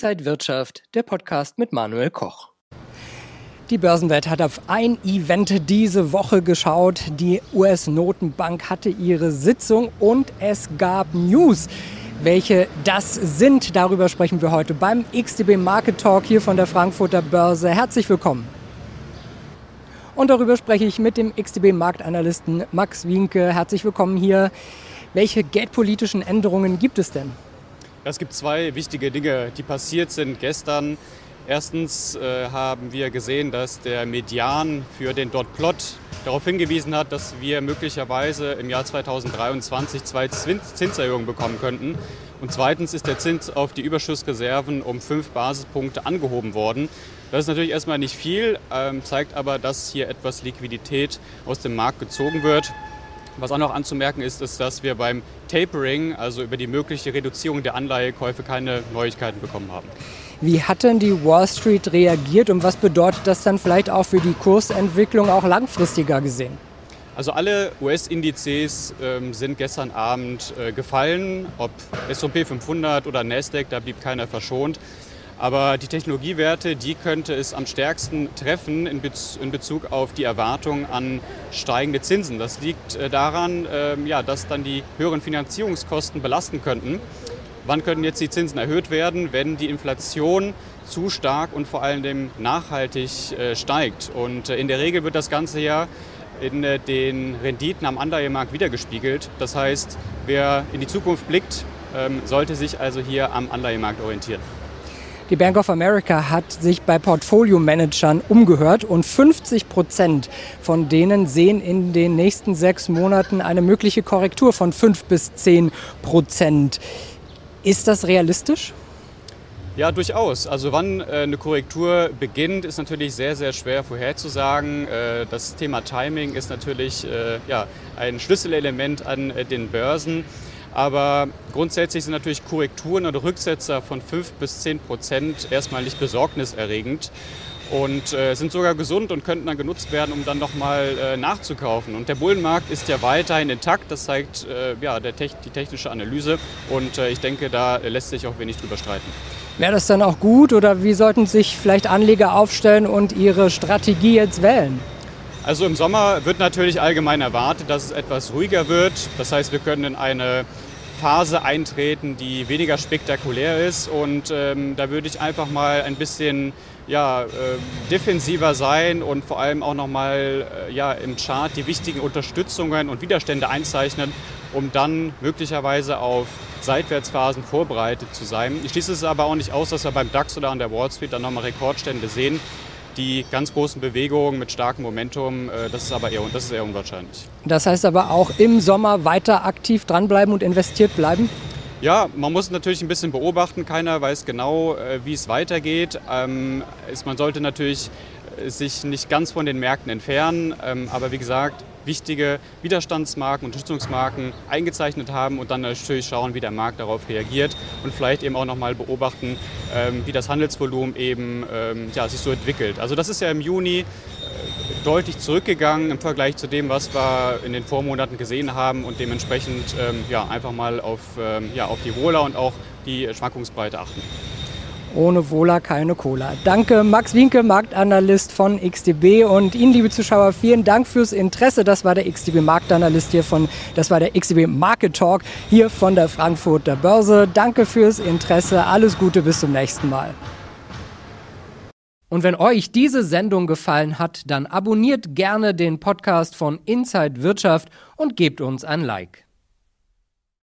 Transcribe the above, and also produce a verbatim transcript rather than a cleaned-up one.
Inside Wirtschaft, der Podcast mit Manuel Koch. Die Börsenwelt hat auf ein Event diese Woche geschaut. Die U S-Notenbank hatte ihre Sitzung und es gab News. Welche das sind, darüber sprechen wir heute beim X T B Market Talk hier von der Frankfurter Börse. Herzlich willkommen. Und darüber spreche ich mit dem X T B-Marktanalysten Max Wienke. Herzlich willkommen hier. Welche geldpolitischen Änderungen gibt es denn? Es gibt zwei wichtige Dinge, die passiert sind gestern. Erstens äh, haben wir gesehen, dass der Median für den Dot-Plot darauf hingewiesen hat, dass wir möglicherweise im Jahr zweitausenddreiundzwanzig zwei Zinserhöhungen bekommen könnten. Und zweitens ist der Zins auf die Überschussreserven um fünf Basispunkte angehoben worden. Das ist natürlich erstmal nicht viel, ähm, zeigt aber, dass hier etwas Liquidität aus dem Markt gezogen wird. Was auch noch anzumerken ist, ist, dass wir beim Tapering, also über die mögliche Reduzierung der Anleihekäufe, keine Neuigkeiten bekommen haben. Wie hat denn die Wall Street reagiert und was bedeutet das dann vielleicht auch für die Kursentwicklung auch langfristiger gesehen? Also alle U S-Indizes ähm, sind gestern Abend äh, gefallen, ob S und P fünfhundert oder Nasdaq, da blieb keiner verschont. Aber die Technologiewerte, die könnte es am stärksten treffen in, Bez- in Bezug auf die Erwartung an steigende Zinsen. Das liegt äh, daran, äh, ja, dass dann die höheren Finanzierungskosten belasten könnten. Wann könnten jetzt die Zinsen erhöht werden, wenn die Inflation zu stark und vor allem nachhaltig äh, steigt? Und äh, in der Regel wird das Ganze ja in äh, den Renditen am Anleihemarkt wiedergespiegelt. Das heißt, wer in die Zukunft blickt, ähm, sollte sich also hier am Anleihemarkt orientieren. Die Bank of America hat sich bei Portfolio-Managern umgehört und fünfzig Prozent von denen sehen in den nächsten sechs Monaten eine mögliche Korrektur von fünf bis zehn Prozent. Ist das realistisch? Ja, durchaus. Also wann äh, eine Korrektur beginnt, ist natürlich sehr, sehr schwer vorherzusagen. Äh, das Thema Timing ist natürlich äh, ja, ein Schlüsselelement an äh, den Börsen. Aber grundsätzlich sind natürlich Korrekturen oder Rücksetzer von fünf bis zehn Prozent erstmal nicht besorgniserregend und äh, sind sogar gesund und könnten dann genutzt werden, um dann nochmal äh, nachzukaufen. Und der Bullenmarkt ist ja weiterhin intakt, das zeigt äh, ja, der Te- die technische Analyse und äh, ich denke, da lässt sich auch wenig drüber streiten. Wäre das dann auch gut oder wie sollten sich vielleicht Anleger aufstellen und ihre Strategie jetzt wählen? Also im Sommer wird natürlich allgemein erwartet, dass es etwas ruhiger wird. Das heißt, wir können in eine Phase eintreten, die weniger spektakulär ist. Und ähm, da würde ich einfach mal ein bisschen ja, äh, defensiver sein und vor allem auch nochmal äh, ja, im Chart die wichtigen Unterstützungen und Widerstände einzeichnen, um dann möglicherweise auf Seitwärtsphasen vorbereitet zu sein. Ich schließe es aber auch nicht aus, dass wir beim DAX oder an der Wall Street dann nochmal Rekordstände sehen. Die ganz großen Bewegungen mit starkem Momentum, das ist aber eher, das ist eher unwahrscheinlich. Das heißt aber auch im Sommer weiter aktiv dranbleiben und investiert bleiben? Ja, man muss natürlich ein bisschen beobachten. Keiner weiß genau, wie es weitergeht. Man sollte natürlich sich nicht ganz von den Märkten entfernen. Aber wie gesagt, wichtige Widerstandsmarken, Unterstützungsmarken eingezeichnet haben und dann natürlich schauen, wie der Markt darauf reagiert und vielleicht eben auch nochmal beobachten, ähm, wie das Handelsvolumen eben ähm, ja, sich so entwickelt. Also das ist ja im Juni äh, deutlich zurückgegangen im Vergleich zu dem, was wir in den Vormonaten gesehen haben und dementsprechend ähm, ja, einfach mal auf, ähm, ja, auf die Wohler und auch die Schwankungsbreite achten. Ohne Wohler keine Cola. Danke, Max Wienke, Marktanalyst von X T B. Und Ihnen, liebe Zuschauer, vielen Dank fürs Interesse. Das war der X T B Marktanalyst hier von, das war der X T B Market Talk hier von der Frankfurter Börse. Danke fürs Interesse. Alles Gute, bis zum nächsten Mal. Und wenn euch diese Sendung gefallen hat, dann abonniert gerne den Podcast von Inside Wirtschaft und gebt uns ein Like.